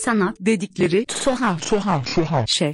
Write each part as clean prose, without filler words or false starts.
Sanat dedikleri tuhaf şey.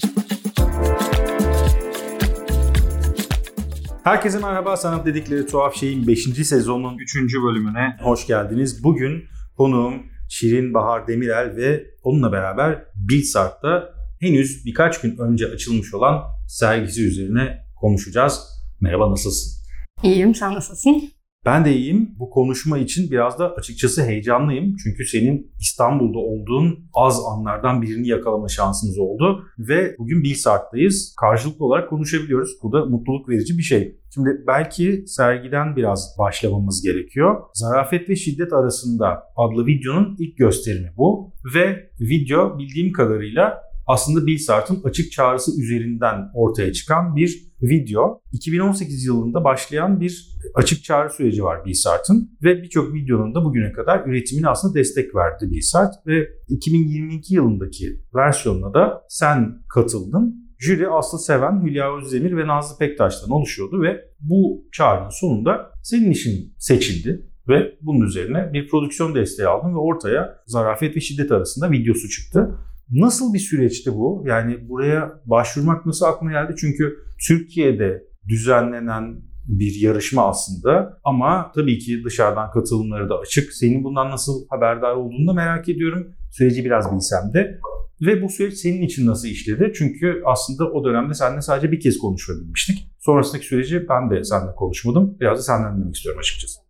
Herkese merhaba, Sanat dedikleri tuhaf şeyin 5. sezonun 3. bölümüne hoş geldiniz. Bugün konuğum Şirin Bahar Demirel ve onunla beraber Bildsart'ta henüz birkaç gün önce açılmış olan sergisi üzerine konuşacağız. Merhaba, nasılsın? İyiyim, sen nasılsın? Ben de iyiyim. Bu konuşma için biraz da açıkçası heyecanlıyım. Çünkü senin İstanbul'da olduğun az anlardan birini yakalama şansımız oldu. Ve bugün Bildsart'tayız. Karşılıklı olarak konuşabiliyoruz. Bu da mutluluk verici bir şey. Şimdi belki sergiden biraz başlamamız gerekiyor. Zarafet ve Şiddet Arasında adlı videonun ilk gösterimi bu. Ve video bildiğim kadarıyla aslında Bildsart'ın açık çağrısı üzerinden ortaya çıkan bir video. 2018 yılında başlayan bir açık çağrı süreci var Bildsart'ın ve birçok videonun da bugüne kadar üretimine aslında destek verdi Bildsart ve 2022 yılındaki versiyonuna da sen katıldın. Jüri Aslı Seven, Hülya Özdemir ve Nazlı Pektaş'tan oluşuyordu ve bu çağrının sonunda senin işin seçildi. Ve bunun üzerine bir prodüksiyon desteği aldın ve ortaya Zarafet ve Şiddet Arasında videosu çıktı. Nasıl bir süreçti bu? Yani buraya başvurmak nasıl aklına geldi? Çünkü Türkiye'de düzenlenen bir yarışma aslında ama tabii ki dışarıdan katılımları da açık. Senin bundan nasıl haberdar olduğunu da merak ediyorum. Süreci biraz bilsem de. Ve bu süreç senin için nasıl işledi? Çünkü aslında o dönemde seninle sadece bir kez konuşabilmiştik. Sonrasındaki süreci ben de seninle konuşmadım. Biraz da senden dinlemek istiyorum açıkçası.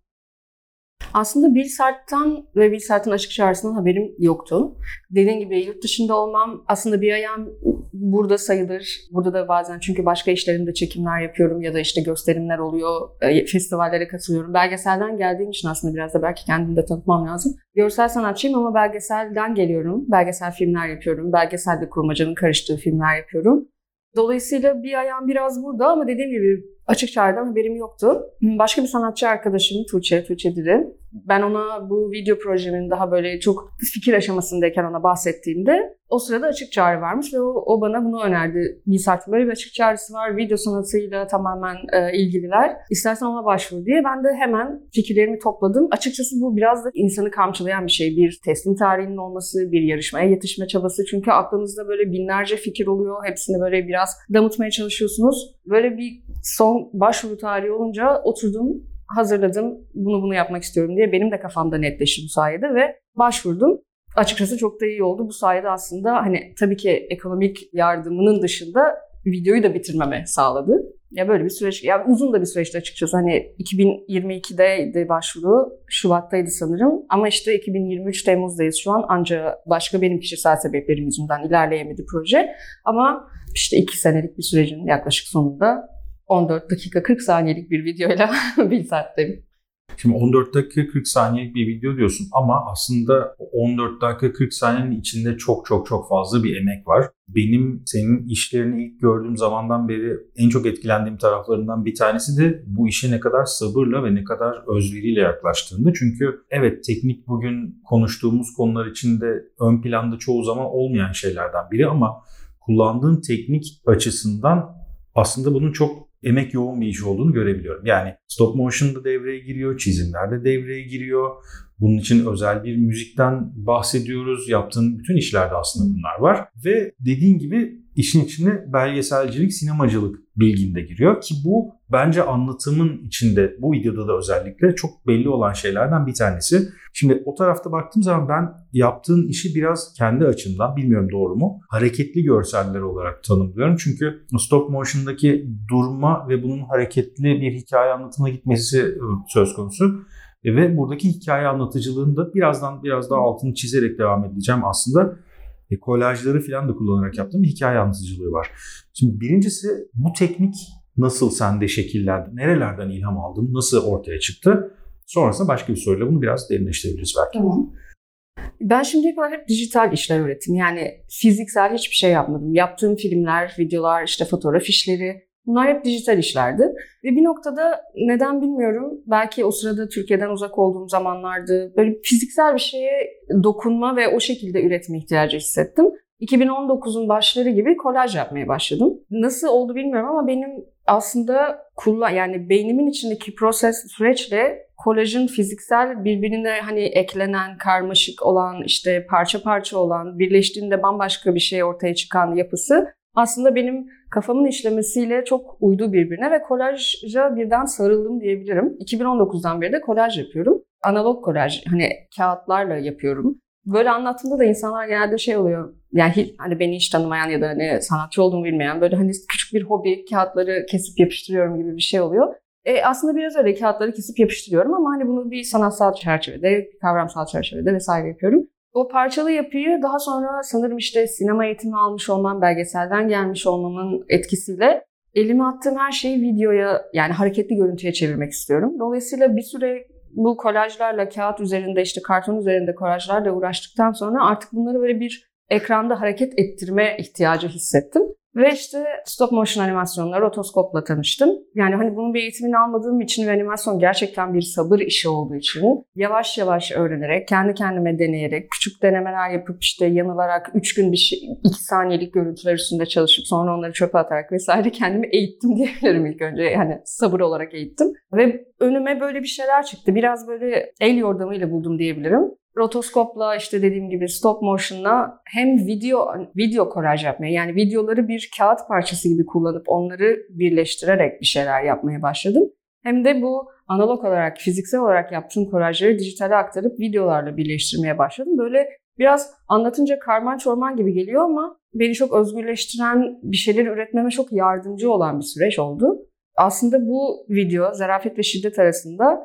Aslında Bildsart'tan ve Bildsart'ın açık çağrısından haberim yoktu. Dediğim gibi yurt dışında olmam aslında bir ayağım burada sayılır. Burada da bazen çünkü başka işlerimde çekimler yapıyorum ya da işte gösterimler oluyor, festivallere katılıyorum. Belgeselden geldiğim için aslında biraz da belki kendimi de tanıtmam lazım. Görsel sanatçıyım ama belgeselden geliyorum. Belgesel filmler yapıyorum. Belgeselde kurmacanın karıştığı filmler yapıyorum. Dolayısıyla bir ayağım biraz burada ama dediğim gibi açık çağrıdan haberim yoktu. Başka bir sanatçı arkadaşım Tuğçe Diri. Ben ona bu video projemin daha böyle çok fikir aşamasındayken ona bahsettiğimde o sırada açık çağrı varmış ve o bana bunu önerdi. Bildsart'ın böyle bir açık çağrısı var. Video sanatıyla tamamen ilgililer. İstersen ona başvur diye. Ben de hemen fikirlerimi topladım. Açıkçası bu biraz da insanı kamçılayan bir şey. Bir teslim tarihinin olması, bir yarışmaya yetişme çabası. Çünkü aklınızda böyle binlerce fikir oluyor. Hepsini böyle biraz damıtmaya çalışıyorsunuz. Böyle bir son başvuru tarihi olunca oturdum, hazırladım, bunu yapmak istiyorum diye. Benim de kafamda netleşti bu sayede ve başvurdum. Açıkçası çok da iyi oldu. Bu sayede aslında hani tabii ki ekonomik yardımının dışında videoyu da bitirmeme sağladı. Ya böyle bir süreç, yani uzun da bir süreçti açıkçası. Hani 2022'de başvuru, Şubat'taydı sanırım. Ama işte 2023 Temmuz'dayız şu an. Ancak başka benim kişisel sebeplerim yüzünden ilerleyemedi proje. Ama işte 2 senelik bir sürecin yaklaşık sonunda 14 dakika 40 saniyelik bir videoyla Bildsart'tayım. Şimdi 14 dakika 40 saniyelik bir video diyorsun ama aslında 14 dakika 40 saniyenin içinde çok fazla bir emek var. Benim senin işlerini ilk gördüğüm zamandan beri en çok etkilendiğim taraflarından bir tanesi de bu işe ne kadar sabırla ve ne kadar özveriyle yaklaştığında. Çünkü evet, teknik bugün konuştuğumuz konular içinde ön planda çoğu zaman olmayan şeylerden biri ama kullandığın teknik açısından aslında bunun çok emek yoğun bir iş olduğunu görebiliyorum. Yani stop motion da devreye giriyor, çizimler de devreye giriyor. Bunun için özel bir müzikten bahsediyoruz. Yaptığın bütün işlerde aslında bunlar var. Ve dediğin gibi işin içine belgeselcilik, sinemacılık bilgin de giriyor ki bu bence anlatımın içinde, bu videoda da özellikle çok belli olan şeylerden bir tanesi. Şimdi o tarafta baktığım zaman ben yaptığın işi biraz kendi açımdan, bilmiyorum doğru mu, hareketli görseller olarak tanımlıyorum. Çünkü stop motion'daki durma ve bunun hareketli bir hikaye anlatımına gitmesi söz konusu. Ve buradaki hikaye anlatıcılığını da biraz daha altını çizerek devam edeceğim aslında. Kolajları falan da kullanarak yaptığım bir hikaye anlatıcılığı var. Şimdi birincisi, bu teknik nasıl sende şekillendi? Nerelerden ilham aldın? Nasıl ortaya çıktı? Sonrasında başka bir soruyla bunu biraz derinleştirebiliriz belki. Tamam. Ben şimdiye kadar hep dijital işler ürettim. Yani fiziksel hiçbir şey yapmadım. Yaptığım filmler, videolar, işte fotoğraf işleri, bunlar hep dijital işlerdi. Ve bir noktada neden bilmiyorum, belki o sırada Türkiye'den uzak olduğum zamanlardı, böyle fiziksel bir şeye dokunma ve o şekilde üretme ihtiyacı hissettim. 2019'un başları gibi kolaj yapmaya başladım. Nasıl oldu bilmiyorum ama benim aslında yani beynimin içindeki süreçle kolajın fiziksel birbirine hani eklenen, karmaşık olan, işte parça parça olan, birleştiğinde bambaşka bir şey ortaya çıkan yapısı aslında benim kafamın işlemesiyle çok uydu birbirine ve kolaja birden sarıldım diyebilirim. 2019'dan beri de kolaj yapıyorum. Analog kolaj, hani kağıtlarla yapıyorum. Böyle anlattığımda da insanlar genelde şey oluyor. Yani hani beni hiç tanımayan ya da hani sanatçı olduğumu bilmeyen, böyle hani küçük bir hobi, kağıtları kesip yapıştırıyorum gibi bir şey oluyor. Aslında biraz öyle kağıtları kesip yapıştırıyorum ama hani bunu bir sanatsal çerçevede, kavramsal çerçevede vesaire yapıyorum. O parçalı yapıyı daha sonra sanırım işte sinema eğitimi almış olmam, belgeselden gelmiş olmamın etkisiyle elime attığım her şeyi videoya, yani hareketli görüntüye çevirmek istiyorum. Dolayısıyla bir süre bu kolajlarla, kağıt üzerinde, işte karton üzerinde kolajlarla uğraştıktan sonra artık bunları böyle bir ekranda hareket ettirme ihtiyacı hissettim. Ve işte stop motion animasyonla, rotoskopla tanıştım. Yani hani bunun bir eğitimini almadığım için ve animasyon gerçekten bir sabır işi olduğu için yavaş yavaş öğrenerek, kendi kendime deneyerek, küçük denemeler yapıp işte yanılarak 3 gün 2 saniyelik görüntüler üstünde çalışıp sonra onları çöpe atarak vesaire kendimi eğittim diyebilirim ilk önce. Yani sabır olarak eğittim. Ve önüme böyle bir şeyler çıktı. Biraz böyle el yordamıyla buldum diyebilirim. Rotoskopla, işte dediğim gibi stop motion'la hem video kolaj yapmaya, yani videoları bir kağıt parçası gibi kullanıp onları birleştirerek bir şeyler yapmaya başladım. Hem de bu analog olarak, fiziksel olarak yaptığım kolajları dijitale aktarıp videolarla birleştirmeye başladım. Böyle biraz anlatınca karman çorman gibi geliyor ama beni çok özgürleştiren, bir şeyler üretmeme çok yardımcı olan bir süreç oldu. Aslında bu video zarafet ve şiddet arasında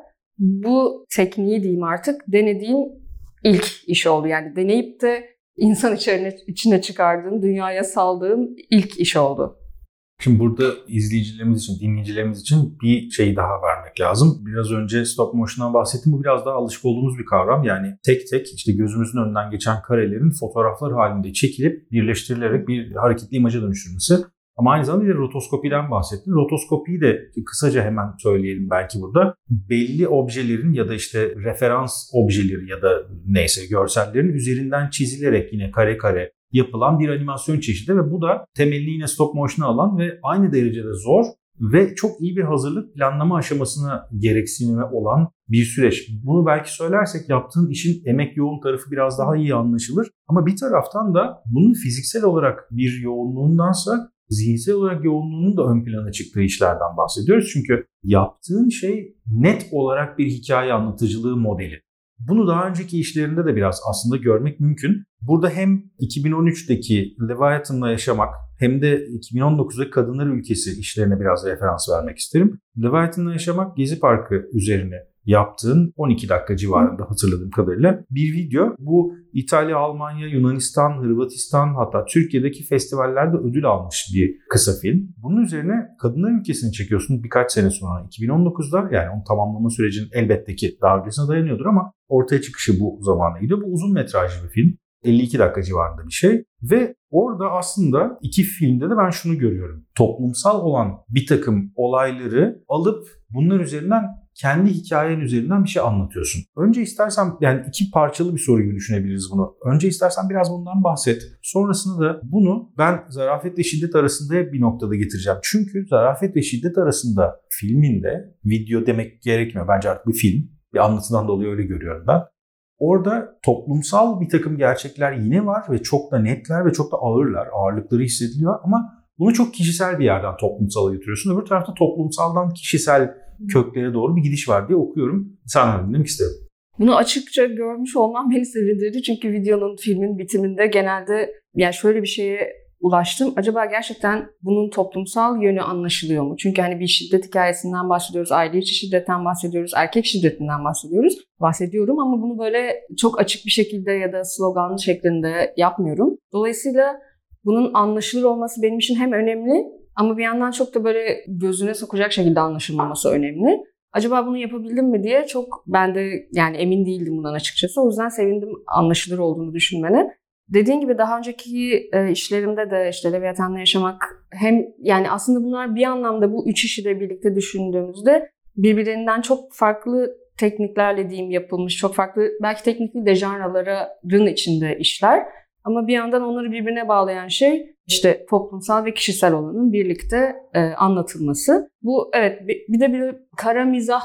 bu tekniği diyeyim artık denediğim İlk iş oldu. Yani deneyip de insan içine çıkardığım, dünyaya saldığım ilk iş oldu. Şimdi burada izleyicilerimiz için, dinleyicilerimiz için bir şey daha vermek lazım. Biraz önce stop motion'dan bahsettim. Bu biraz daha alışık olduğumuz bir kavram. Yani tek tek işte gözümüzün önünden geçen karelerin fotoğraflar halinde çekilip birleştirilerek bir hareketli imaja dönüştürmesi. Ama aynı zamanda rotoskopiden bahsettim. Rotoskopiyi de kısaca hemen söyleyelim belki burada. Belli objelerin ya da işte referans objeleri ya da neyse görsellerin üzerinden çizilerek yine kare kare yapılan bir animasyon çeşidi ve bu da temelini yine stop motion'a alan ve aynı derecede zor ve çok iyi bir hazırlık planlama aşamasına gereksinimi olan bir süreç. Bunu belki söylersek yaptığın işin emek yoğun tarafı biraz daha iyi anlaşılır. Ama bir taraftan da bunun fiziksel olarak bir yoğunluğundansa zihinsel olarak yoğunluğunun da ön plana çıktığı işlerden bahsediyoruz. Çünkü yaptığın şey net olarak bir hikaye anlatıcılığı modeli. Bunu daha önceki işlerinde de biraz aslında görmek mümkün. Burada hem 2013'teki Leviathan'la Yaşamak hem de 2019'daki Kadınlar Ülkesi işlerine biraz referans vermek isterim. Leviathan'la Yaşamak Gezi Parkı üzerine yaptığın 12 dakika civarında hatırladığım kadarıyla bir video. Bu İtalya, Almanya, Yunanistan, Hırvatistan hatta Türkiye'deki festivallerde ödül almış bir kısa film. Bunun üzerine Kadınlar Ülkesi'ni çekiyorsun birkaç sene sonra 2019'da, yani onun tamamlama sürecinin elbette ki daha öncesine dayanıyordur ama ortaya çıkışı bu zamana gidiyor. Bu uzun metrajlı bir film. 52 dakika civarında bir şey ve orada aslında iki filmde de ben şunu görüyorum. Toplumsal olan bir takım olayları alıp bunlar üzerinden kendi hikayen üzerinden bir şey anlatıyorsun. Önce istersen, yani iki parçalı bir soru gibi düşünebiliriz bunu. Önce istersen biraz bundan bahset. Sonrasında da bunu ben zarafet ve şiddet arasında bir noktada getireceğim. Çünkü zarafet ve şiddet arasında filminde, video demek gerekmiyor. Bence artık bir film. Bir anlatıdan dolayı öyle görüyorum ben. Orada toplumsal bir takım gerçekler yine var ve çok da netler ve çok da ağırlar. Ağırlıkları hissediliyor ama bunu çok kişisel bir yerden toplumsala götürüyorsun. Öbür tarafta toplumsaldan kişisel köklere doğru bir gidiş var diye okuyorum. Senden dinlemek isterim. Bunu açıkça görmüş olmam beni sevindirdi. Çünkü videonun, filmin bitiminde genelde yani şöyle bir şeye ulaştım. Acaba gerçekten bunun toplumsal yönü anlaşılıyor mu? Çünkü hani bir şiddet hikayesinden bahsediyoruz, aile içi şiddetten bahsediyoruz, erkek şiddetinden bahsediyoruz. Bahsediyorum ama bunu böyle çok açık bir şekilde ya da sloganlı şeklinde yapmıyorum. Dolayısıyla bunun anlaşılır olması benim için hem önemli ama bir yandan çok da böyle gözüne sokacak şekilde anlaşılmaması önemli. Acaba bunu yapabildim mi diye çok ben de yani emin değildim bundan açıkçası. O yüzden sevindim anlaşılır olduğunu düşünmene. Dediğin gibi daha önceki işlerimde de işte Leviathan'la Yaşamak hem yani aslında bunlar bir anlamda bu üç işi de birlikte düşündüğümüzde birbirinden çok farklı tekniklerle diyeyim yapılmış, çok farklı belki teknikli de janraların içinde işler. Ama bir yandan onları birbirine bağlayan şey işte toplumsal ve kişisel olanın birlikte anlatılması. Bu evet bir de bir kara mizah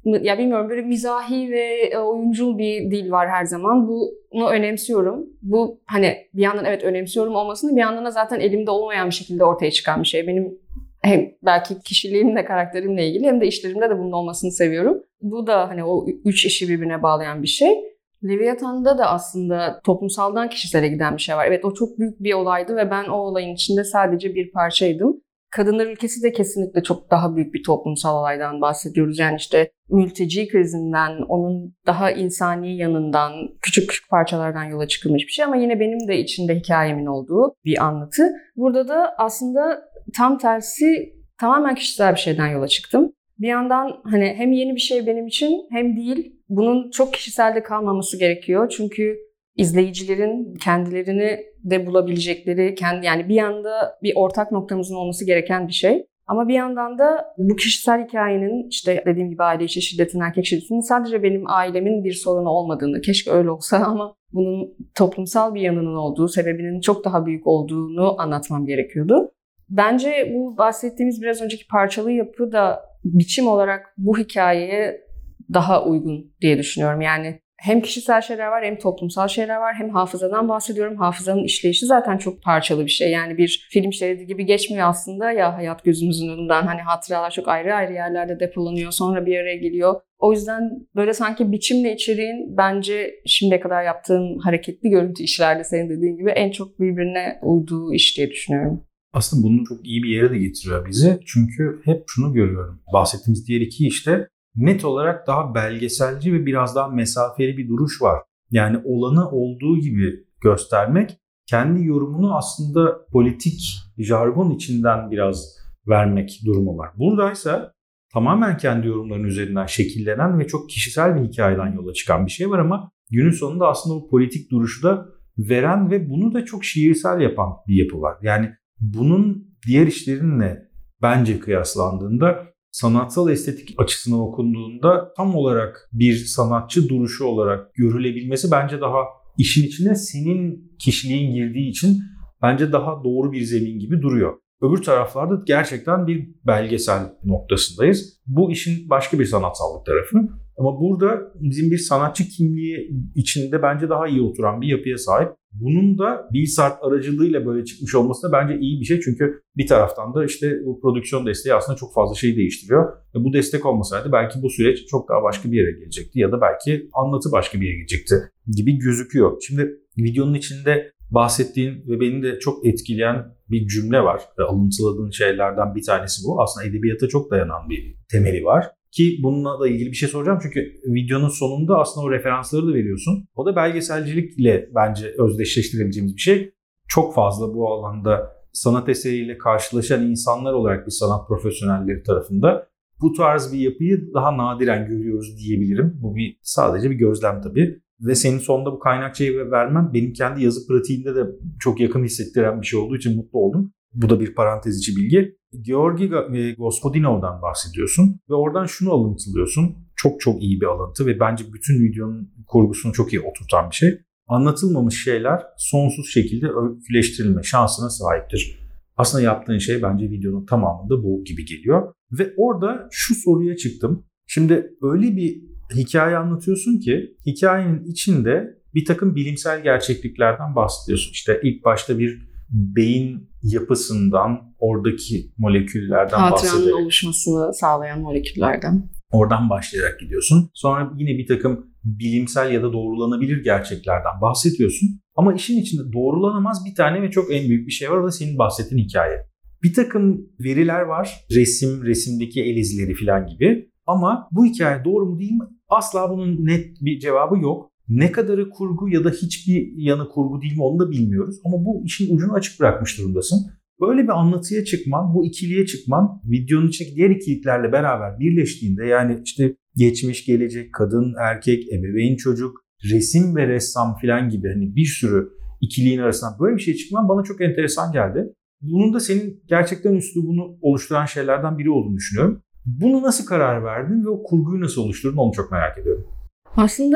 ya bilmiyorum, böyle mizahi ve oyuncul bir dil var her zaman. Bunu önemsiyorum. Bu hani bir yandan evet önemsiyorum olmasını, bir yandan da zaten elimde olmayan bir şekilde ortaya çıkan bir şey. Benim hem belki kişiliğimle, karakterimle ilgili hem de işlerimde de bunun olmasını seviyorum. Bu da hani o üç işi birbirine bağlayan bir şey. Leviathan'da da aslında toplumsaldan kişisele giden bir şey var. Evet, o çok büyük bir olaydı ve ben o olayın içinde sadece bir parçaydım. Kadınlar ülkesi de kesinlikle çok daha büyük bir toplumsal olaydan bahsediyoruz. Yani işte mülteci krizinden, onun daha insani yanından, küçük küçük parçalardan yola çıkılmış bir şey ama yine benim de içinde hikayemin olduğu bir anlatı. Burada da aslında tam tersi, tamamen kişisel bir şeyden yola çıktım. Bir yandan hani hem yeni bir şey benim için hem değil, bunun çok kişiselde kalmaması gerekiyor. Çünkü izleyicilerin kendilerini de bulabilecekleri, yani bir yanda bir ortak noktamızın olması gereken bir şey. Ama bir yandan da bu kişisel hikayenin, işte dediğim gibi aile içi şiddetin, erkek şiddetinin sadece benim ailemin bir sorunu olmadığını, keşke öyle olsa ama bunun toplumsal bir yanının olduğu, sebebinin çok daha büyük olduğunu anlatmam gerekiyordu. Bence bu bahsettiğimiz biraz önceki parçalı yapı da biçim olarak bu hikayeye daha uygun diye düşünüyorum. Yani hem kişisel şeyler var, hem toplumsal şeyler var, hem hafızadan bahsediyorum. Hafızanın işleyişi zaten çok parçalı bir şey. Yani bir film şeridi gibi geçmiyor aslında ya hayat gözümüzün önünden. Hani hatıralar çok ayrı ayrı yerlerde depolanıyor, sonra bir araya geliyor. O yüzden böyle sanki biçimle içeriğin bence şimdiye kadar yaptığım hareketli görüntü işlerde senin dediğin gibi en çok birbirine uyduğu iş diye düşünüyorum. Aslında bunu çok iyi bir yere de getiriyor bizi. Çünkü hep şunu görüyorum. Bahsettiğimiz diğer iki işte net olarak daha belgeselci ve biraz daha mesafeli bir duruş var. Yani olanı olduğu gibi göstermek, kendi yorumunu aslında politik jargon içinden biraz vermek durumu var. Buradaysa tamamen kendi yorumların üzerinden şekillenen ve çok kişisel bir hikayeden yola çıkan bir şey var ama günün sonunda aslında o politik duruşu da veren ve bunu da çok şiirsel yapan bir yapı var. Yani bunun diğer işlerinle bence kıyaslandığında, sanatsal estetik açısından okunduğunda tam olarak bir sanatçı duruşu olarak görülebilmesi bence daha işin içine senin kişiliğin girdiği için bence daha doğru bir zemin gibi duruyor. Öbür taraflarda gerçekten bir belgesel noktasındayız. Bu işin başka bir sanatsallık tarafı. Ama burada bizim bir sanatçı kimliği içinde bence daha iyi oturan bir yapıya sahip. Bunun da Bilsart aracılığıyla böyle çıkmış olması da bence iyi bir şey. Çünkü bir taraftan da işte bu prodüksiyon desteği aslında çok fazla şeyi değiştiriyor. Bu destek olmasaydı belki bu süreç çok daha başka bir yere gelecekti ya da belki anlatı başka bir yere gelecekti gibi gözüküyor. Şimdi videonun içinde bahsettiğin ve beni de çok etkileyen bir cümle var. Alıntıladığın şeylerden bir tanesi bu. Aslında edebiyata çok dayanan bir temeli var. Ki bununla da ilgili bir şey soracağım çünkü videonun sonunda aslında o referansları da veriyorsun. O da belgeselcilikle bence özdeşleştirebileceğimiz bir şey. Çok fazla bu alanda sanat eseriyle karşılaşan insanlar olarak bir sanat profesyonelleri tarafında bu tarz bir yapıyı daha nadiren görüyoruz diyebilirim. Bu sadece bir gözlem tabii. Ve senin sonunda bu kaynakçayı vermen benim kendi yazı pratiğimde de çok yakın hissettiren bir şey olduğu için mutlu oldum. Bu da bir parantez içi bilgi. Georgi Gospodinov'dan bahsediyorsun ve oradan şunu alıntılıyorsun. Çok çok iyi bir alıntı ve bence bütün videonun kurgusunu çok iyi oturtan bir şey. Anlatılmamış şeyler sonsuz şekilde öyküleştirilme şansına sahiptir. Aslında yaptığın şey bence videonun tamamında bu gibi geliyor. Ve orada şu soruya çıktım. Şimdi öyle bir hikaye anlatıyorsun ki hikayenin içinde bir takım bilimsel gerçekliklerden bahsediyorsun. İşte ilk başta bir beyin yapısından, oradaki moleküllerden bahsederek. Hatıranın oluşmasını sağlayan moleküllerden. Oradan başlayarak gidiyorsun. Sonra yine bir takım bilimsel ya da doğrulanabilir gerçeklerden bahsediyorsun. Ama işin içinde doğrulanamaz bir tane ve çok en büyük bir şey var. O da senin bahsettiğin hikaye. Bir takım veriler var. Resimdeki el izleri falan gibi. Ama bu hikaye doğru mu değil mi? Asla bunun net bir cevabı yok. Ne kadarı kurgu ya da hiçbir yanı kurgu değil mi onu da bilmiyoruz. Ama bu işin ucunu açık bırakmış durumdasın. Böyle bir anlatıya çıkman, bu ikiliye çıkman videonun içindeki diğer ikiliklerle beraber birleştiğinde, yani işte geçmiş, gelecek, kadın, erkek, ebeveyn, çocuk, resim ve ressam falan gibi hani bir sürü ikiliğin arasından böyle bir şey çıkman bana çok enteresan geldi. Bunun da senin gerçekten üslubunu oluşturan şeylerden biri olduğunu düşünüyorum. Bunu nasıl karar verdin ve o kurguyu nasıl oluşturdun onu çok merak ediyorum. Aslında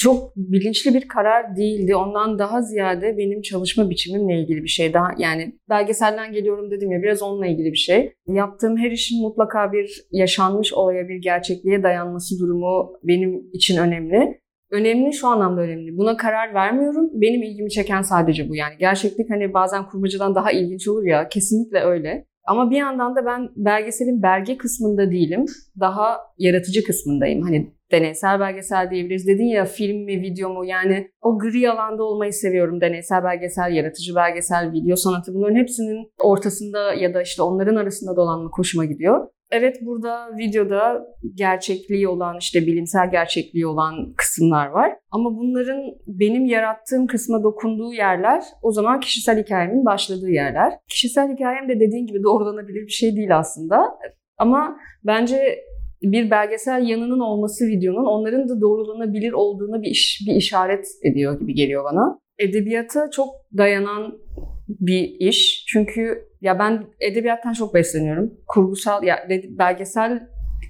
çok bilinçli bir karar değildi. Ondan daha ziyade benim çalışma biçimimle ilgili bir şey. Daha yani belgeselden geliyorum dedim ya, biraz onunla ilgili bir şey. Yaptığım her işin mutlaka bir yaşanmış olaya, bir gerçekliğe dayanması durumu benim için önemli. Önemli, şu anlamda önemli. Buna karar vermiyorum. Benim ilgimi çeken sadece bu. Yani gerçeklik hani bazen kurmacadan daha ilginç olur ya. Kesinlikle öyle. Ama bir yandan da ben belgeselin belge kısmında değilim. Daha yaratıcı kısmındayım. Hani deneysel belgesel diyebiliriz. Dedin ya, film mi, video mu? Yani o gri alanda olmayı seviyorum. Deneysel belgesel, yaratıcı belgesel, video sanatı, bunların hepsinin ortasında ya da işte onların arasında dolanmak hoşuma gidiyor. Evet, burada videoda gerçekliği olan, işte bilimsel gerçekliği olan kısımlar var. Ama bunların benim yarattığım kısma dokunduğu yerler o zaman kişisel hikayemin başladığı yerler. Kişisel hikayem de dediğin gibi doğrulanabilir bir şey değil aslında. Ama bence bir belgesel yanının olması videonun, onların da doğrulanabilir olduğuna bir işaret ediyor gibi geliyor bana. Edebiyata çok dayanan bir iş. Çünkü ya ben edebiyattan çok besleniyorum. Kurgusal, ya belgesel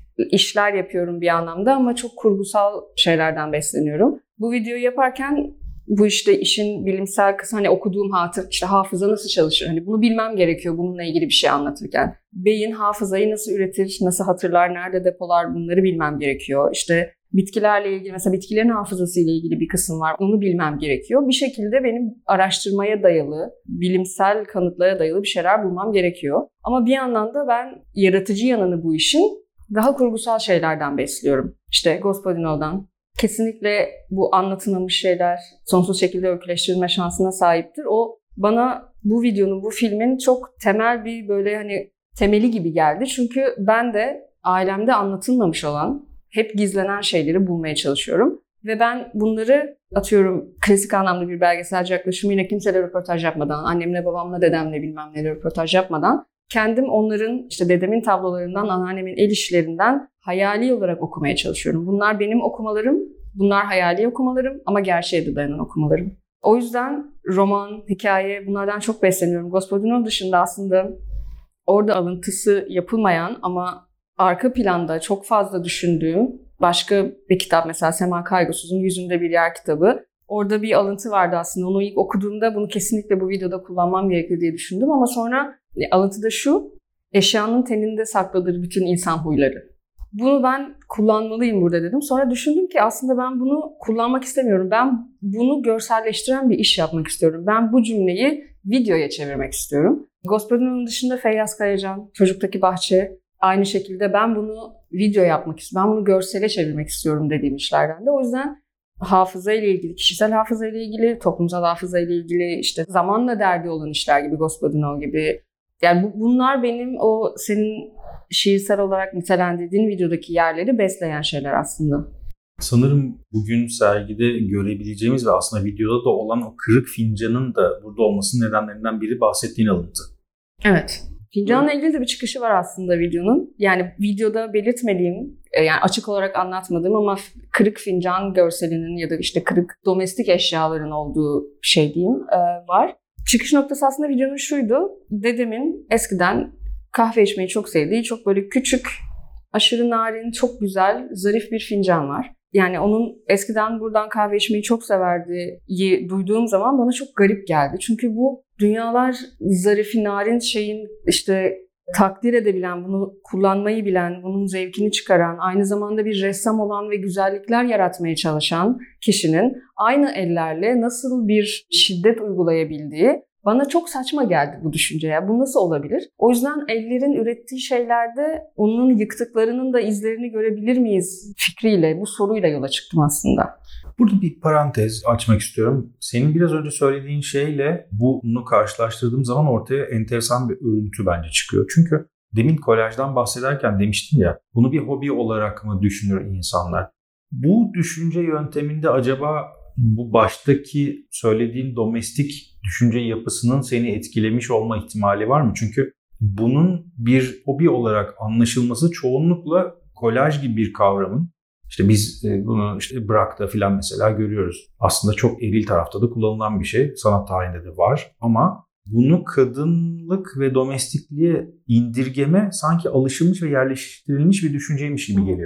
işler yapıyorum bir anlamda ama çok kurgusal şeylerden besleniyorum. Bu videoyu yaparken bu işte işin bilimsel kısmı, hani okuduğum işte hafıza nasıl çalışır? Hani bunu bilmem gerekiyor bununla ilgili bir şey anlatırken. Beyin hafızayı nasıl üretir, nasıl hatırlar, nerede depolar, bunları bilmem gerekiyor. İşte bitkilerle ilgili, mesela bitkilerin hafızasıyla ilgili bir kısım var. Onu bilmem gerekiyor. Bir şekilde benim araştırmaya dayalı, bilimsel kanıtlara dayalı bir şeyler bulmam gerekiyor. Ama bir yandan da ben yaratıcı yanını bu işin daha kurgusal şeylerden besliyorum. İşte Gospodino'dan. Kesinlikle bu anlatılmamış şeyler sonsuz şekilde öyküleştirilme şansına sahiptir. O bana bu videonun, bu filmin çok temel bir böyle hani temeli gibi geldi. Çünkü ben de ailemde anlatılmamış olan, hep gizlenen şeyleri bulmaya çalışıyorum. Ve ben bunları, atıyorum klasik anlamda bir belgeselci yaklaşımıyla kimseyle röportaj yapmadan, annemle, babamla, dedemle bilmem neyle röportaj yapmadan, kendim onların, işte dedemin tablolarından, anneannemin el işlerinden hayali olarak okumaya çalışıyorum. Bunlar benim okumalarım, bunlar hayali okumalarım ama gerçeğe de dayanan okumalarım. O yüzden roman, hikaye, bunlardan çok besleniyorum. Gospodino dışında aslında orada alıntısı yapılmayan ama arka planda çok fazla düşündüğüm başka bir kitap, mesela Sema Kaygusuz'un Yüzünde Bir Yer kitabı. Orada bir alıntı vardı aslında. Onu ilk okuduğumda bunu kesinlikle bu videoda kullanmam gerekir diye düşündüm ama sonra alıntı da şu: eşyanın teninde saklıdır bütün insan huyları. Bunu ben kullanmalıyım burada dedim. Sonra düşündüm ki aslında ben bunu kullanmak istemiyorum. Ben bunu görselleştiren bir iş yapmak istiyorum. Ben bu cümleyi videoya çevirmek istiyorum. Gospodino'nun dışında Feyyaz Kayacan, Çocuktaki Bahçe, aynı şekilde ben bunu video yapmak istiyorum. Ben bunu görsele çevirmek istiyorum dediğim işlerden de. O yüzden hafıza ile ilgili, kişisel hafıza ile ilgili, toplumsal hafıza ile ilgili, işte zamanla derdi olan işler gibi, Gospodino gibi. Yani bunlar benim o senin şiirsel olarak nitelendirdiğin videodaki yerleri besleyen şeyler aslında. Sanırım bugün sergide görebileceğimiz ve aslında videoda da olan o kırık fincanın da burada olmasının nedenlerinden biri bahsettiğin alıntı. Evet. Fincanla ilgili de bir çıkışı var aslında videonun. Yani videoda belirtmediğim, yani açık olarak anlatmadığım ama kırık fincan görselinin ya da işte kırık domestik eşyaların olduğu şey diyeyim var. Çıkış noktası aslında videonun şuydu: dedemin eskiden kahve içmeyi çok sevdiği, çok böyle küçük, aşırı narin, çok güzel, zarif bir fincan var. Yani onun eskiden buradan kahve içmeyi çok severdiği duyduğum zaman bana çok garip geldi. Çünkü bu dünyalar zarifi, narin şeyin işte takdir edebilen, bunu kullanmayı bilen, bunun zevkini çıkaran, aynı zamanda bir ressam olan ve güzellikler yaratmaya çalışan kişinin aynı ellerle nasıl bir şiddet uygulayabildiği bana çok saçma geldi bu düşünce ya. Bu nasıl olabilir? O yüzden ellerin ürettiği şeylerde onun yıktıklarının da izlerini görebilir miyiz fikriyle, bu soruyla yola çıktım aslında. Burada bir parantez açmak istiyorum. Senin biraz önce söylediğin şeyle bunu karşılaştırdığım zaman ortaya enteresan bir örüntü bence çıkıyor. Çünkü demin kolajdan bahsederken demiştin ya, bunu bir hobi olarak mı düşünür insanlar? Bu düşünce yönteminde acaba bu baştaki söylediğin domestik düşünce yapısının seni etkilemiş olma ihtimali var mı? Çünkü bunun bir hobi olarak anlaşılması çoğunlukla kolaj gibi bir kavramın, işte biz bunu işte Braque'da filan mesela görüyoruz. Aslında çok eril tarafta da kullanılan bir şey. Sanat tarihinde de var ama bunu kadınlık ve domestikliğe indirgeme sanki alışılmış ve yerleştirilmiş bir düşünceymiş gibi geliyor.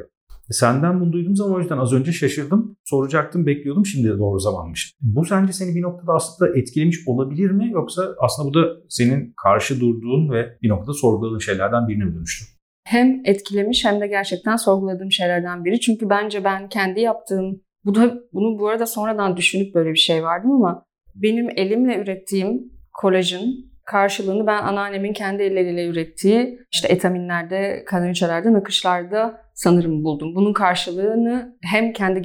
Senden bunu duyduğum zaman o yüzden az önce şaşırdım. Soracaktım, bekliyordum. Şimdi de doğru zamanmış. Bu sence seni bir noktada aslında etkilemiş olabilir mi? Yoksa aslında bu da senin karşı durduğun ve bir noktada sorguladığın şeylerden birine mi dönüştü? Hem etkilemiş hem de gerçekten sorguladığım şeylerden biri. Çünkü bence ben kendi yaptığım, bunu bu arada sonradan düşünüp böyle bir şey vardım ama benim elimle ürettiğim kolajın karşılığını ben anneannemin kendi elleriyle ürettiği işte etaminlerde, kanaliçelerde, nakışlarda sanırım buldum. Bunun karşılığını hem kendi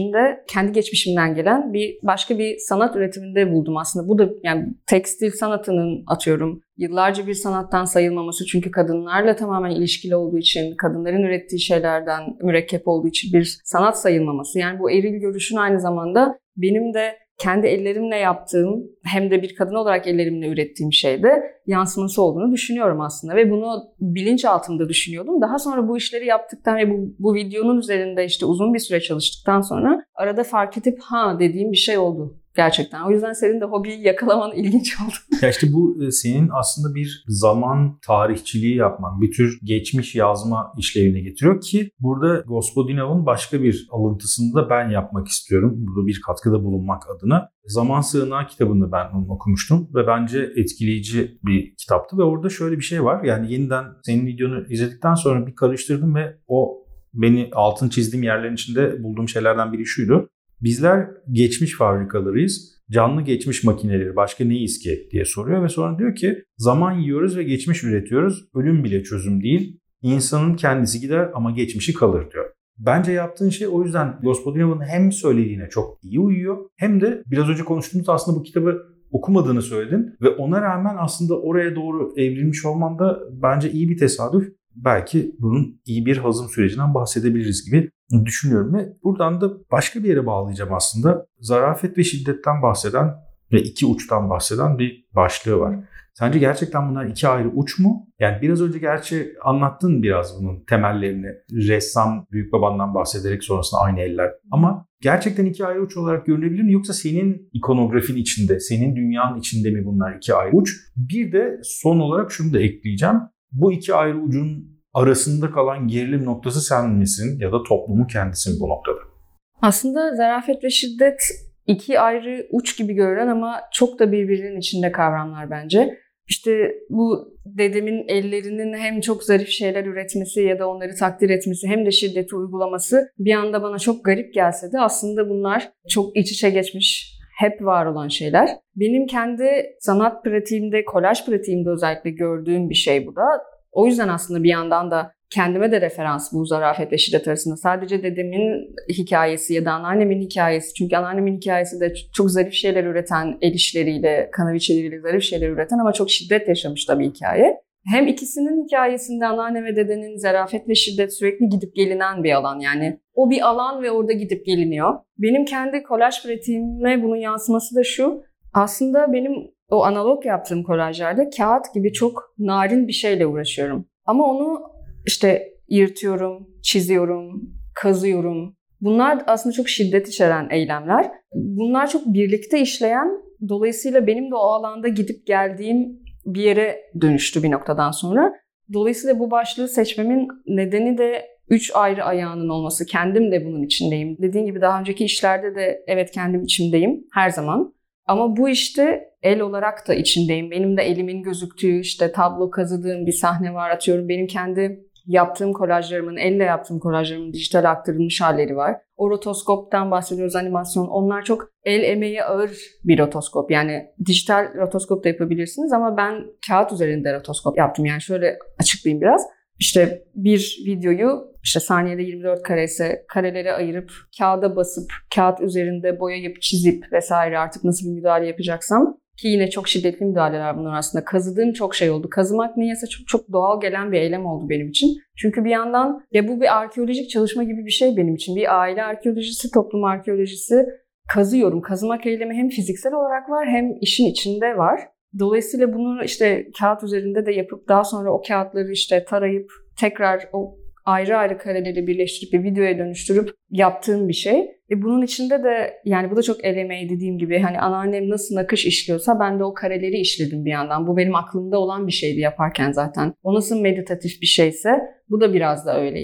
geçmişimden gelen başka bir sanat üretiminde buldum aslında. Bu da yani tekstil sanatının atıyorum yıllarca bir sanattan sayılmaması, çünkü kadınlarla tamamen ilişkili olduğu için, kadınların ürettiği şeylerden mürekkep olduğu için bir sanat sayılmaması. Yani bu eril görüşün aynı zamanda benim de kendi ellerimle yaptığım hem de bir kadın olarak ellerimle ürettiğim şeyde yansıması olduğunu düşünüyorum aslında ve bunu bilinçaltımda düşünüyordum. Daha sonra bu işleri yaptıktan ve bu videonun üzerinde işte uzun bir süre çalıştıktan sonra arada fark edip dediğim bir şey oldu gerçekten. O yüzden senin de hobiyi yakalaman ilginç oldu. Ya işte bu senin aslında bir zaman tarihçiliği yapman, bir tür geçmiş yazma işlevine getiriyor ki burada Gospodinov'un başka bir alıntısını da ben yapmak istiyorum. Burada bir katkıda bulunmak adına. Zaman Sığınağı kitabını ben onu okumuştum ve bence etkileyici bir kitaptı ve orada şöyle bir şey var. Yani yeniden senin videonu izledikten sonra bir karıştırdım ve o beni altın çizdiğim yerlerin içinde bulduğum şeylerden biri şuydu. Bizler geçmiş fabrikalarıyız. Canlı geçmiş makineleri başka neyiz ki diye soruyor ve sonra diyor ki zaman yiyoruz ve geçmiş üretiyoruz. Ölüm bile çözüm değil. İnsanın kendisi gider ama geçmişi kalır diyor. Bence yaptığın şey o yüzden Gospodinov'un hem söylediğine çok iyi uyuyor hem de biraz önce konuştuğumuzda aslında bu kitabı okumadığını söyledin ve ona rağmen aslında oraya doğru evrilmiş olman da bence iyi bir tesadüf. Belki bunun iyi bir hazım sürecinden bahsedebiliriz gibi düşünüyorum ve buradan da başka bir yere bağlayacağım aslında. Zarafet ve şiddetten bahseden ve iki uçtan bahseden bir başlığı var. Sence gerçekten bunlar iki ayrı uç mu? Yani biraz önce gerçi anlattın biraz bunun temellerini. Ressam büyükbabandan bahsederek sonrasında aynı eller. Ama gerçekten iki ayrı uç olarak görünebilir mi? Yoksa senin ikonografin içinde, senin dünyanın içinde mi bunlar iki ayrı uç? Bir de son olarak şunu da ekleyeceğim. Bu iki ayrı ucun arasında kalan gerilim noktası sen misin ya da toplumun kendisi mi bu noktada? Aslında zarafet ve şiddet iki ayrı uç gibi görünen ama çok da birbirinin içinde kavramlar bence. İşte bu dedemin ellerinin hem çok zarif şeyler üretmesi ya da onları takdir etmesi hem de şiddeti uygulaması bir anda bana çok garip gelse de aslında bunlar çok iç içe geçmiş, hep var olan şeyler. Benim kendi sanat pratiğimde, kolaj pratiğimde özellikle gördüğüm bir şey bu da. O yüzden aslında bir yandan da kendime de referans bu zarafet ve şiddet arasında. Sadece dedemin hikayesi ya da anneannemin hikayesi. Çünkü anneannemin hikayesi de çok zarif şeyler üreten, el işleriyle, kanaviçeleriyle zarif şeyler üreten ama çok şiddet yaşamış da bir hikaye. Hem ikisinin hikayesinde anneanne ve dedenin zarafet ve şiddet sürekli gidip gelinen bir alan. Yani o bir alan ve orada gidip geliniyor. Benim kendi kolaj pratiğime bunun yansıması da şu. Aslında benim o analog yaptığım kolajlarda kağıt gibi çok narin bir şeyle uğraşıyorum. Ama onu işte yırtıyorum, çiziyorum, kazıyorum. Bunlar aslında çok şiddet içeren eylemler. Bunlar çok birlikte işleyen, dolayısıyla benim de o alanda gidip geldiğim bir yere dönüştü bir noktadan sonra. Dolayısıyla bu başlığı seçmemin nedeni de 3 ayrı ayağının olması. Kendim de bunun içindeyim. Dediğim gibi daha önceki işlerde de evet kendim içimdeyim her zaman. Ama bu işte el olarak da içindeyim. Benim de elimin gözüktüğü işte tablo kazıdığım bir sahne var. Atıyorum benim kendi yaptığım kolajlarımın, elle yaptığım kolajlarımın dijital aktarılmış halleri var. O rotoskoptan bahsediyoruz, animasyon. Onlar çok el emeği ağır bir rotoskop. Yani dijital rotoskop da yapabilirsiniz ama ben kağıt üzerinde rotoskop yaptım. Yani şöyle açıklayayım biraz. İşte bir videoyu işte saniyede 24 kare ise kareleri ayırıp kağıda basıp kağıt üzerinde boyayıp çizip vesaire artık nasıl bir müdahale yapacaksam ki yine çok şiddetli müdahaleler bunlar aslında. Kazıdığım çok şey oldu. Kazımak niyeyse çok çok doğal gelen bir eylem oldu benim için. Çünkü bir yandan ya bu bir arkeolojik çalışma gibi bir şey benim için. Bir aile arkeolojisi, toplum arkeolojisi kazıyorum. Kazımak eylemi hem fiziksel olarak var hem işin içinde var. Dolayısıyla bunu işte kağıt üzerinde de yapıp daha sonra o kağıtları işte tarayıp tekrar o ayrı ayrı kareleri birleştirip bir videoya dönüştürüp yaptığım bir şey. Bunun içinde de yani bu da çok el emeği dediğim gibi hani anneannem nasıl nakış işliyorsa ben de o kareleri işledim bir yandan. Bu benim aklımda olan bir şeydi yaparken zaten. O nasıl meditatif bir şeyse bu da biraz da öyleydi.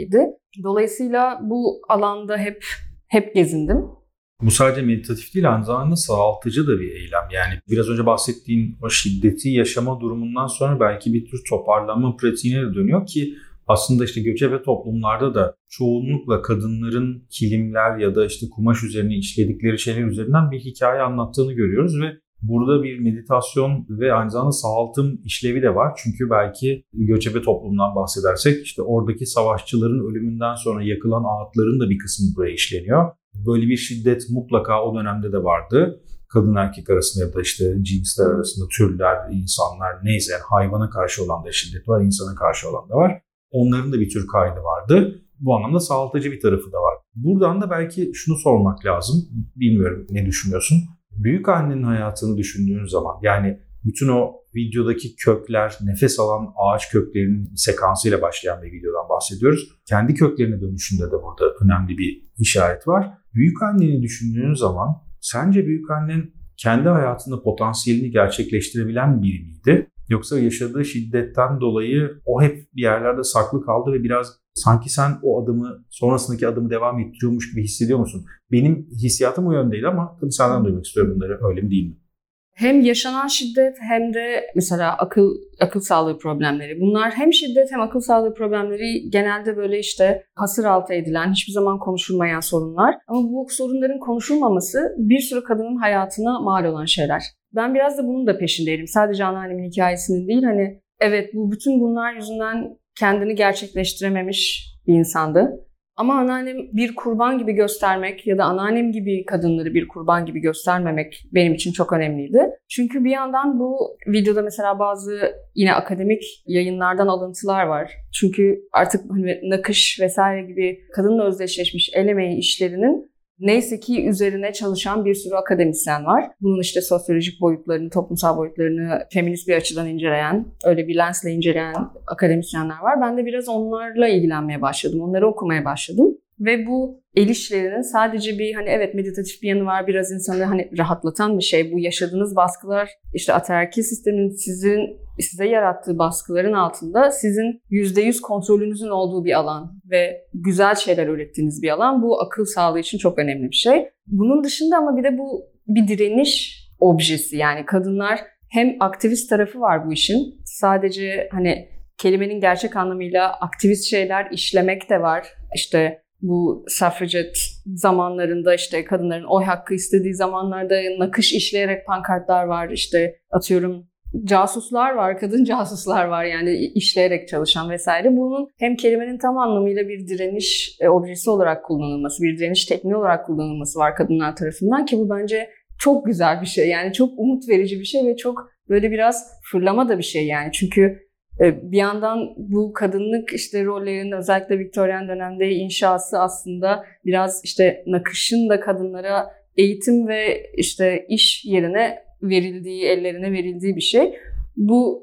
Dolayısıyla bu alanda hep gezindim. Bu sadece meditatif değil, aynı zamanda sağaltıcı da bir eylem. Yani biraz önce bahsettiğin o şiddeti yaşama durumundan sonra belki bir tür toparlanma pratiğine de dönüyor ki aslında işte göçebe toplumlarda da çoğunlukla kadınların kilimler ya da işte kumaş üzerine işledikleri şeyler üzerinden bir hikaye anlattığını görüyoruz ve burada bir meditasyon ve aynı zamanda sağaltım işlevi de var. Çünkü belki göçebe toplumdan bahsedersek işte oradaki savaşçıların ölümünden sonra yakılan ağıtların da bir kısmı buraya işleniyor. Böyle bir şiddet mutlaka o dönemde de vardı. Kadın erkek arasında ya da işte cinsler arasında türler, insanlar neyse yani hayvana karşı olan da şiddet var, insana karşı olan da var. Onların da bir tür kaydı vardı. Bu anlamda sağaltıcı bir tarafı da var. Buradan da belki şunu sormak lazım. Bilmiyorum ne düşünüyorsun? Büyük annenin hayatını düşündüğün zaman yani bütün o videodaki kökler, nefes alan ağaç köklerinin sekansıyla başlayan bir videodan bahsediyoruz. Kendi köklerine dönüşünde de burada önemli bir işaret var. Büyük anneni düşündüğün zaman sence büyük annen kendi hayatında potansiyelini gerçekleştirebilen biri miydi? Yoksa yaşadığı şiddetten dolayı o hep bir yerlerde saklı kaldı ve biraz sanki sen o adımı, sonrasındaki adımı devam ettiriyormuş gibi hissediyor musun? Benim hissiyatım o yöndeydi ama tabii senden duymak istiyorum bunları, öyle mi değil mi? Hem yaşanan şiddet hem de mesela akıl sağlığı problemleri. Bunlar hem şiddet hem akıl sağlığı problemleri genelde böyle işte hasır altı edilen, hiçbir zaman konuşulmayan sorunlar. Ama bu sorunların konuşulmaması bir sürü kadının hayatına mal olan şeyler. Ben biraz da bunun da peşindeyim. Sadece anneannemin hikayesinin değil, hani evet bütün bunlar yüzünden kendini gerçekleştirememiş bir insandı. Ama anneannem bir kurban gibi göstermek ya da anneannem gibi kadınları bir kurban gibi göstermemek benim için çok önemliydi. Çünkü bir yandan bu videoda mesela bazı yine akademik yayınlardan alıntılar var. Çünkü artık hani nakış vesaire gibi kadınla özdeşleşmiş el emeği işlerinin neyse ki üzerine çalışan bir sürü akademisyen var. Bunun işte sosyolojik boyutlarını, toplumsal boyutlarını feminist bir açıdan inceleyen, öyle bir lensle inceleyen akademisyenler var. Ben de biraz onlarla ilgilenmeye başladım, onları okumaya başladım. Ve bu el işlerinin sadece bir hani evet meditatif bir yanı var, biraz insanı hani rahatlatan bir şey. Bu yaşadığınız baskılar, işte ataerkil sistemin size yarattığı baskıların altında sizin %100 kontrolünüzün olduğu bir alan ve güzel şeyler ürettiğiniz bir alan. Bu akıl sağlığı için çok önemli bir şey. Bunun dışında ama bir de bu bir direniş objesi, yani kadınlar hem aktivist tarafı var bu işin. Sadece hani kelimenin gerçek anlamıyla aktivist şeyler işlemek de var. İşte bu suffragette zamanlarında işte kadınların oy hakkı istediği zamanlarda nakış işleyerek pankartlar var. İşte atıyorum casuslar var, kadın casuslar var, yani işleyerek çalışan vesaire. Bunun hem kelimenin tam anlamıyla bir direniş objesi olarak kullanılması, bir direniş tekniği olarak kullanılması var kadınlar tarafından ki bu bence çok güzel bir şey. Yani çok umut verici bir şey ve çok böyle biraz fırlama da bir şey yani. Çünkü bir yandan bu kadınlık işte rollerinin özellikle Viktoryen dönemde inşası aslında biraz işte nakışın da kadınlara eğitim ve işte iş yerine verildiği, ellerine verildiği bir şey. Bu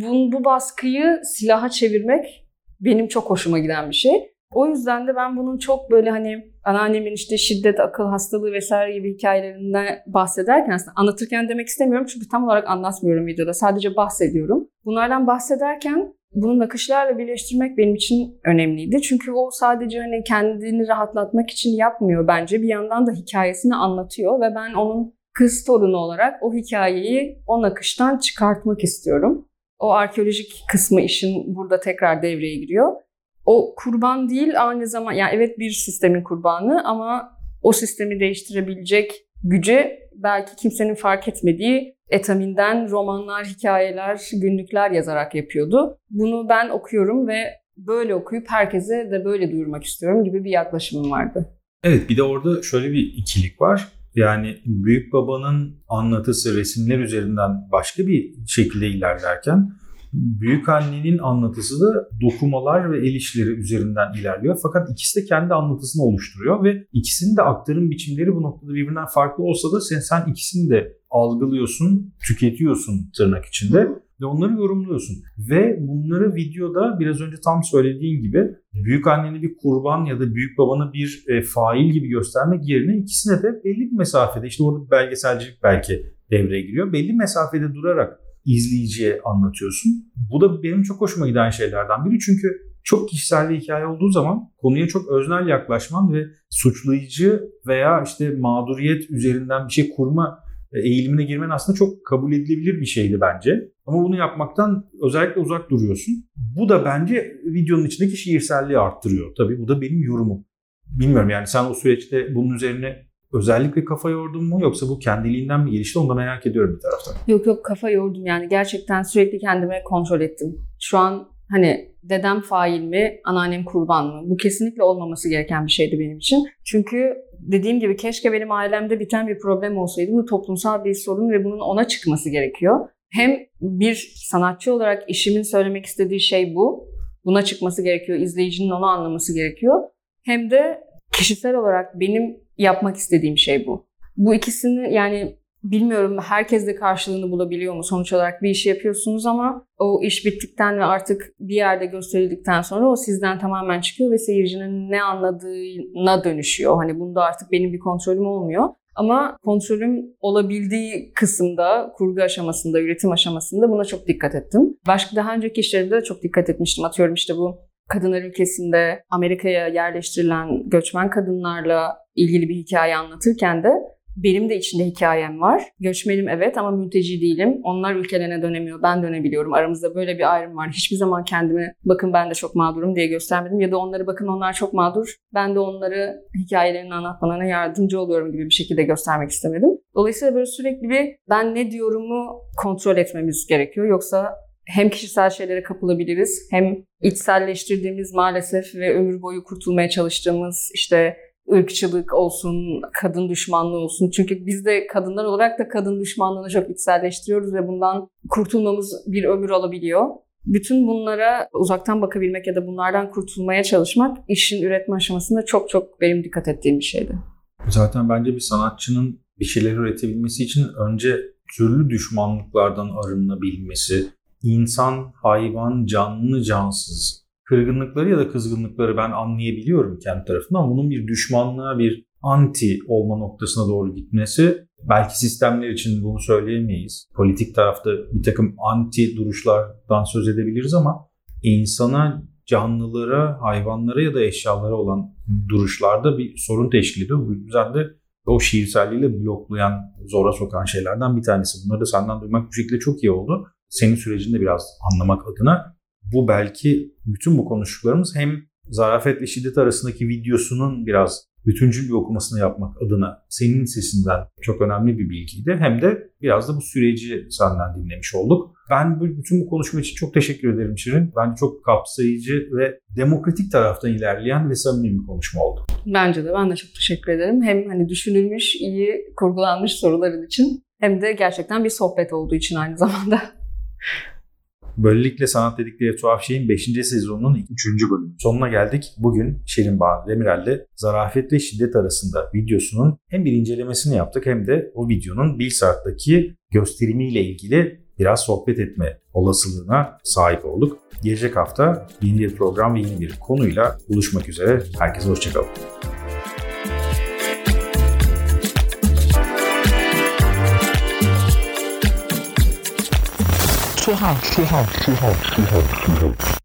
baskıyı silaha çevirmek benim çok hoşuma giden bir şey. O yüzden de ben bunun çok böyle hani anneannemin işte şiddet, akıl hastalığı vesaire gibi hikayelerinden bahsederken aslında anlatırken demek istemiyorum çünkü tam olarak anlatmıyorum videoda. Sadece bahsediyorum. Bunlardan bahsederken bunu nakışlarla birleştirmek benim için önemliydi. Çünkü o sadece hani kendini rahatlatmak için yapmıyor bence. Bir yandan da hikayesini anlatıyor ve ben onun kız torunu olarak o hikayeyi o nakıştan çıkartmak istiyorum. O arkeolojik kısmı işin burada tekrar devreye giriyor. O kurban değil aynı zaman, yani evet bir sistemin kurbanı ama o sistemi değiştirebilecek gücü belki kimsenin fark etmediği etaminden romanlar, hikayeler, günlükler yazarak yapıyordu. Bunu ben okuyorum ve böyle okuyup herkese de böyle duyurmak istiyorum gibi bir yaklaşımım vardı. Evet, bir de orada şöyle bir ikilik var. Yani büyük babanın anlatısı resimler üzerinden başka bir şekilde ilerlerken büyük annenin anlatısı da dokumalar ve el işleri üzerinden ilerliyor. Fakat ikisi de kendi anlatısını oluşturuyor ve ikisinin de aktarım biçimleri bu noktada birbirinden farklı olsa da sen ikisini de algılıyorsun, tüketiyorsun tırnak içinde ve onları yorumluyorsun. Ve bunları videoda biraz önce tam söylediğin gibi büyük anneni bir kurban ya da büyük babanı bir fail gibi göstermek yerine ikisine de belli bir mesafede, işte orada belgeselcilik belki devreye giriyor. Belli mesafede durarak izleyiciye anlatıyorsun. Bu da benim çok hoşuma giden şeylerden biri. Çünkü çok kişisel bir hikaye olduğu zaman konuya çok öznel yaklaşman ve suçlayıcı veya işte mağduriyet üzerinden bir şey kurma eğilimine girmen aslında çok kabul edilebilir bir şeydi bence. Ama bunu yapmaktan özellikle uzak duruyorsun. Bu da bence videonun içindeki şiirselliği arttırıyor. Tabii bu da benim yorumum. Bilmiyorum yani sen o süreçte bunun üzerine özellikle kafa yordun mu yoksa bu kendiliğinden mi gelişti onu da merak ediyorum bir taraftan. Yok kafa yordum yani gerçekten sürekli kendime kontrol ettim. Şu an hani dedem fail mi, anneannem kurban mı? Bu kesinlikle olmaması gereken bir şeydi benim için. Çünkü dediğim gibi keşke benim ailemde biten bir problem olsaydı. Bu toplumsal bir sorun ve bunun ona çıkması gerekiyor. Hem bir sanatçı olarak işimin söylemek istediği şey bu. Buna çıkması gerekiyor. İzleyicinin onu anlaması gerekiyor. Hem de kişisel olarak benim yapmak istediğim şey bu. Bu ikisini yani bilmiyorum herkes de karşılığını bulabiliyor mu? Sonuç olarak bir işi yapıyorsunuz ama o iş bittikten ve artık bir yerde gösterildikten sonra o sizden tamamen çıkıyor ve seyircinin ne anladığına dönüşüyor. Hani bunda artık benim bir kontrolüm olmuyor. Ama kontrolüm olabildiği kısımda, kurgu aşamasında, üretim aşamasında buna çok dikkat ettim. Daha önceki işlerimde de çok dikkat etmiştim. Atıyorum işte bu kadınlar ülkesinde Amerika'ya yerleştirilen göçmen kadınlarla ilgili bir hikaye anlatırken de benim de içinde hikayem var. Göçmenim evet ama mülteci değilim. Onlar ülkelerine dönemiyor, ben dönebiliyorum. Aramızda böyle bir ayrım var. Hiçbir zaman kendimi bakın ben de çok mağdurum diye göstermedim. Ya da onları bakın onlar çok mağdur. Ben de onları hikayelerini anlatmalarına yardımcı oluyorum gibi bir şekilde göstermek istemedim. Dolayısıyla böyle sürekli bir ben ne diyorumu kontrol etmemiz gerekiyor. Yoksa hem kişisel şeylere kapılabiliriz hem içselleştirdiğimiz maalesef ve ömür boyu kurtulmaya çalıştığımız işte ırkçılık olsun, kadın düşmanlığı olsun. Çünkü biz de kadınlar olarak da kadın düşmanlığını çok içselleştiriyoruz ve bundan kurtulmamız bir ömür alabiliyor. Bütün bunlara uzaktan bakabilmek ya da bunlardan kurtulmaya çalışmak işin üretme aşamasında çok çok benim dikkat ettiğim bir şeydi. Zaten bence bir sanatçının bir şeyler üretebilmesi için önce türlü düşmanlıklardan arınabilmesi, insan, hayvan, canlı, cansız kırgınlıkları ya da kızgınlıkları ben anlayabiliyorum kendi tarafından ama bunun bir düşmanlığa, bir anti olma noktasına doğru gitmesi belki sistemler için bunu söyleyemeyiz. Politik tarafta bir takım anti duruşlardan söz edebiliriz ama insana, canlılara, hayvanlara ya da eşyalara olan duruşlarda bir sorun teşkil ediyor. Bu yüzden de o şiirselliğiyle bloklayan, zora sokan şeylerden bir tanesi. Bunları da senden duymak bu şekilde çok iyi oldu. Senin sürecini de biraz anlamak adına. Bu belki bütün bu konuştuklarımız hem zarafet ve şiddet arasındaki videosunun biraz bütüncül bir okumasını yapmak adına senin sesinden çok önemli bir bilgiydi. Hem de biraz da bu süreci senden dinlemiş olduk. Ben bütün bu konuşma için çok teşekkür ederim Şirin. Bence çok kapsayıcı ve demokratik taraftan ilerleyen ve samimi bir konuşma oldu. Bence de ben de çok teşekkür ederim. Hem hani düşünülmüş, iyi kurgulanmış soruların için hem de gerçekten bir sohbet olduğu için aynı zamanda. Böylelikle Sanat Dedikleri Tuhaf Şey'in 5. sezonunun 3. bölümü sonuna geldik. Bugün Şirin Banu Demirel'le zarafet ve şiddet arasında videosunun hem bir incelemesini yaptık hem de o videonun Bilsart'taki gösterimiyle ilgili biraz sohbet etme olasılığına sahip olduk. Gelecek hafta yeni bir program ve yeni bir konuyla buluşmak üzere. Herkese hoşçakalın. Tuhaf.